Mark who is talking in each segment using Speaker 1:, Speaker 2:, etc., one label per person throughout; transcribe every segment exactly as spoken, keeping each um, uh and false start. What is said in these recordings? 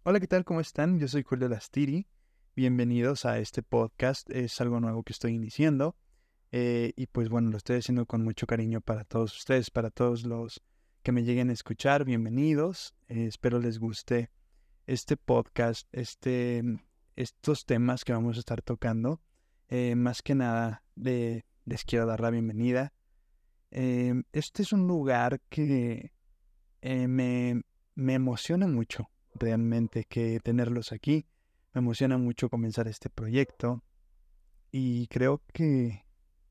Speaker 1: Hola, ¿qué tal? ¿Cómo están? Yo soy Julio Lastiri. Bienvenidos a este podcast. Es algo nuevo que estoy iniciando. eh, y pues bueno, lo estoy haciendo con mucho cariño para todos ustedes, para todos los que me lleguen a escuchar. Bienvenidos. Eh, espero les guste este podcast, este, estos temas que vamos a estar tocando. Eh, más que nada, le- les quiero dar la bienvenida. Eh, este es un lugar que eh, me, me emociona mucho realmente que tenerlos aquí. Me emociona mucho comenzar este proyecto y creo que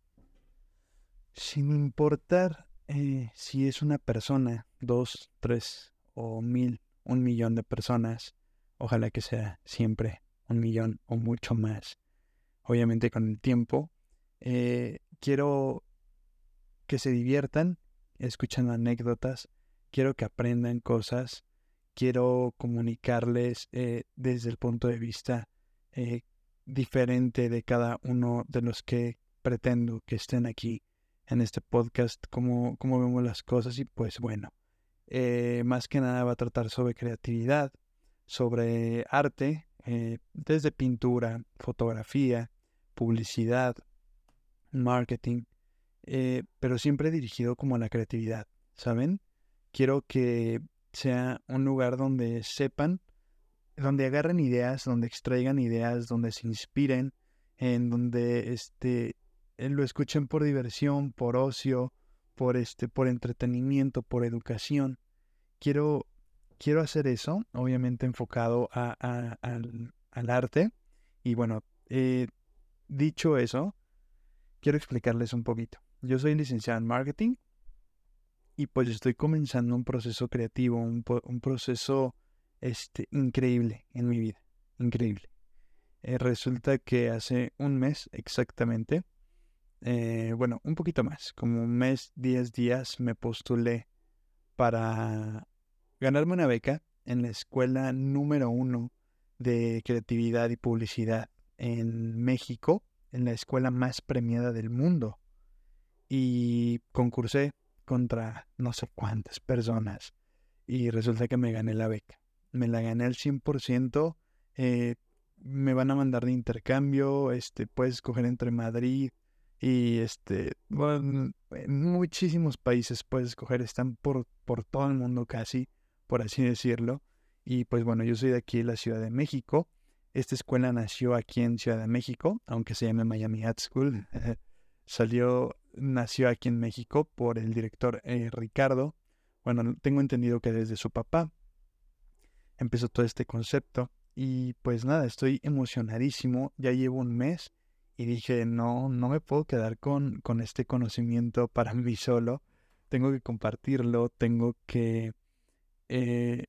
Speaker 1: sin importar eh, si es una persona, dos, tres o mil, un millón de personas, ojalá que sea siempre un millón o mucho más, obviamente con el tiempo, eh, quiero que se diviertan escuchando anécdotas, quiero que aprendan cosas, quiero comunicarles eh, desde el punto de vista eh, diferente de cada uno de los que pretendo que estén aquí en este podcast, cómo, cómo vemos las cosas y pues bueno, eh, más que nada va a tratar sobre creatividad, sobre arte, eh, desde pintura, fotografía, publicidad, marketing, eh, pero siempre dirigido como a la creatividad, ¿saben? Quiero que sea un lugar donde sepan, donde agarren ideas, donde extraigan ideas, donde se inspiren, en donde este eh, lo escuchen por diversión, por ocio, por este, por entretenimiento, por educación. Quiero, quiero hacer eso, obviamente enfocado a, a- al, al arte. Y bueno, eh, dicho eso, quiero explicarles un poquito. Yo soy licenciado en marketing y pues estoy comenzando un proceso creativo, un, un proceso este, increíble en mi vida, increíble. Eh, resulta que hace un mes exactamente, eh, bueno, un poquito más, como un mes, diez días, me postulé para ganarme una beca en la escuela número uno de creatividad y publicidad en México, en la escuela más premiada del mundo. Y concursé contra no sé cuántas personas y resulta que me gané la beca. Me la gané al cien por ciento. eh, Me van a mandar de intercambio, este, puedes escoger entre Madrid y este, bueno, en muchísimos países puedes escoger, están por, por todo el mundo casi, por así decirlo. Y pues bueno, yo soy de aquí, de la Ciudad de México. Esta escuela nació aquí en Ciudad de México, aunque se llame Miami Art School. Salió, nació aquí en México por el director eh, Ricardo. Bueno, tengo entendido que desde su papá empezó todo este concepto. Y pues nada, estoy emocionadísimo. Ya llevo un mes y dije, no, no me puedo quedar con, con este conocimiento para mí solo. Tengo que compartirlo, tengo que eh,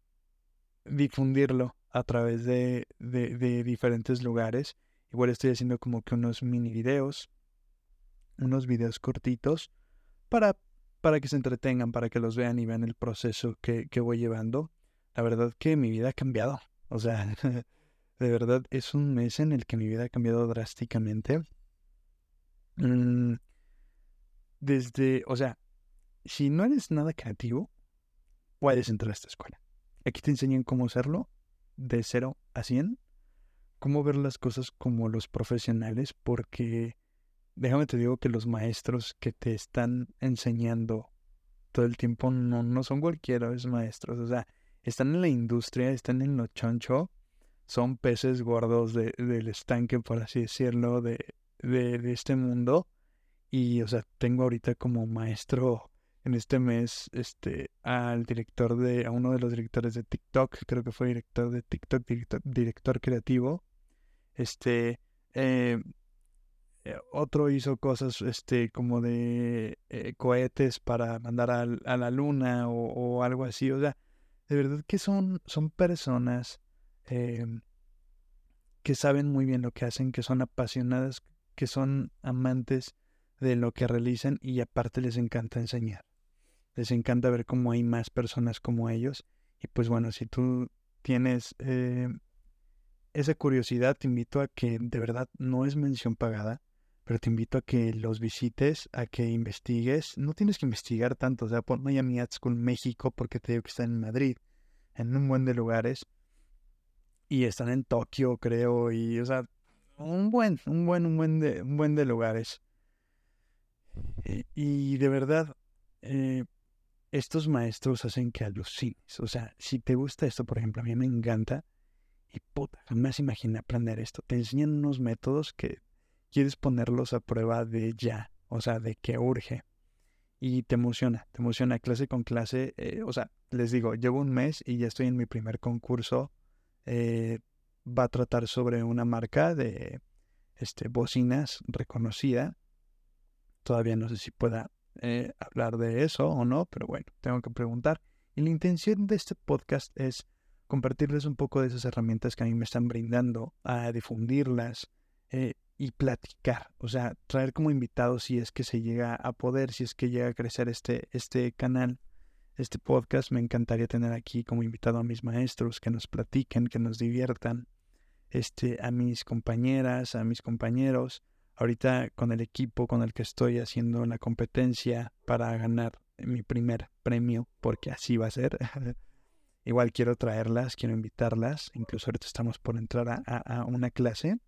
Speaker 1: difundirlo a través de, de, de diferentes lugares. Igual estoy haciendo como que unos mini videos, unos videos cortitos para, para que se entretengan, para que los vean y vean el proceso que, que voy llevando. La verdad que mi vida ha cambiado. O sea, de verdad es un mes en el que mi vida ha cambiado drásticamente. Mm, desde, o sea, si no eres nada creativo, puedes entrar a esta escuela. Aquí te enseñan cómo hacerlo de cero a cien, cómo ver las cosas como los profesionales, porque déjame te digo que los maestros que te están enseñando todo el tiempo no, no son cualquiera los maestros, o sea, están en la industria, están en lo choncho, son peces gordos de, del estanque, por así decirlo, de, de, de este mundo. Y, o sea, tengo ahorita como maestro en este mes, este, al director de, a uno de los directores de TikTok, creo que fue director de TikTok, director, director creativo, este, eh, eh, otro hizo cosas este como de eh, cohetes para mandar al- a, la luna o, o algo así. O sea, de verdad que son, son personas eh, que saben muy bien lo que hacen, que son apasionadas, que son amantes de lo que realizan y aparte les encanta enseñar. Les encanta ver cómo hay más personas como ellos. Y pues bueno, si tú tienes eh, esa curiosidad, te invito a que de verdad no es mención pagada, pero te invito a que los visites, a que investigues. No tienes que investigar tanto, o sea, por Miami Art School México, porque te digo que está en Madrid, en un buen de lugares. y están en Tokio, creo, y, o sea, un buen, un buen, un buen de, un buen de lugares. Eh, y de verdad, eh, estos maestros hacen que alucines. O sea, si te gusta esto, por ejemplo, a mí me encanta, y puta, jamás imaginé aprender esto. Te enseñan unos métodos que quieres ponerlos a prueba de ya, o sea, de que urge. Y te emociona, te emociona clase con clase. Eh, o sea, les digo, llevo un mes y ya estoy en mi primer concurso. Eh, Va a tratar sobre una marca de este, bocinas reconocida. Todavía no sé si pueda eh, hablar de eso o no, pero bueno, tengo que preguntar. Y la intención de este podcast es compartirles un poco de esas herramientas que a mí me están brindando, a difundirlas eh, y platicar. O sea, traer como invitados si es que se llega a poder, si es que llega a crecer este, este canal, este podcast. Me encantaría tener aquí como invitado a mis maestros que nos platiquen, que nos diviertan, este, a mis compañeras, a mis compañeros. Ahorita con el equipo con el que estoy haciendo la competencia para ganar mi primer premio, porque así va a ser. Igual quiero traerlas, quiero invitarlas. Incluso ahorita estamos por entrar a, a, a una clase.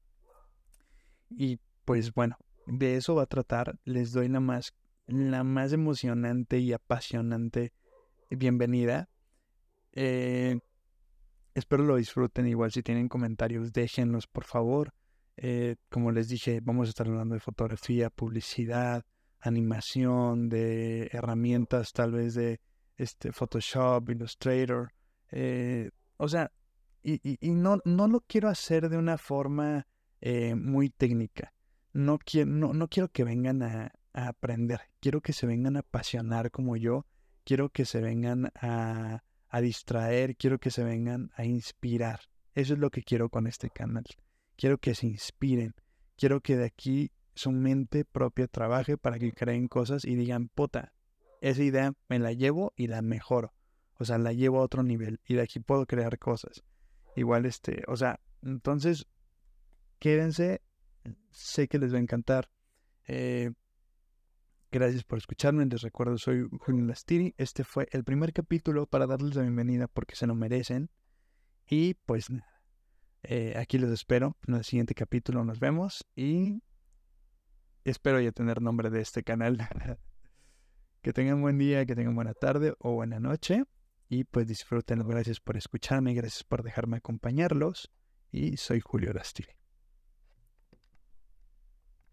Speaker 1: Y pues bueno, de eso va a tratar. Les doy la más, la más emocionante y apasionante bienvenida. Eh, Espero lo disfruten. Igual si tienen comentarios, déjenlos por favor. Eh, como les dije, vamos a estar hablando de fotografía, publicidad, animación, de herramientas tal vez de este Photoshop, Illustrator. Eh, o sea, y, y, y no, no lo quiero hacer de una forma eh, muy técnica. No quiero, no, no quiero que vengan a, a aprender. Quiero que se vengan a apasionar como yo. Quiero que se vengan a a distraer, quiero que se vengan a inspirar. Eso es lo que quiero con este canal. Quiero que se inspiren. Quiero que de aquí su mente propia trabaje para que creen cosas y digan, puta, esa idea me la llevo y la mejoro. O sea, la llevo a otro nivel y de aquí puedo crear cosas. Igual este, o sea, entonces quédense, sé que les va a encantar. Eh, Gracias por escucharme. Les recuerdo, soy Julio Lastiri. Este fue el primer capítulo para darles la bienvenida porque se lo merecen. Y pues eh, aquí los espero. En el siguiente capítulo nos vemos y espero ya tener nombre de este canal. Que tengan buen día, que tengan buena tarde o buena noche. Y pues disfrútenlo. Gracias por escucharme, gracias por dejarme acompañarlos. Y soy Julio Lastiri.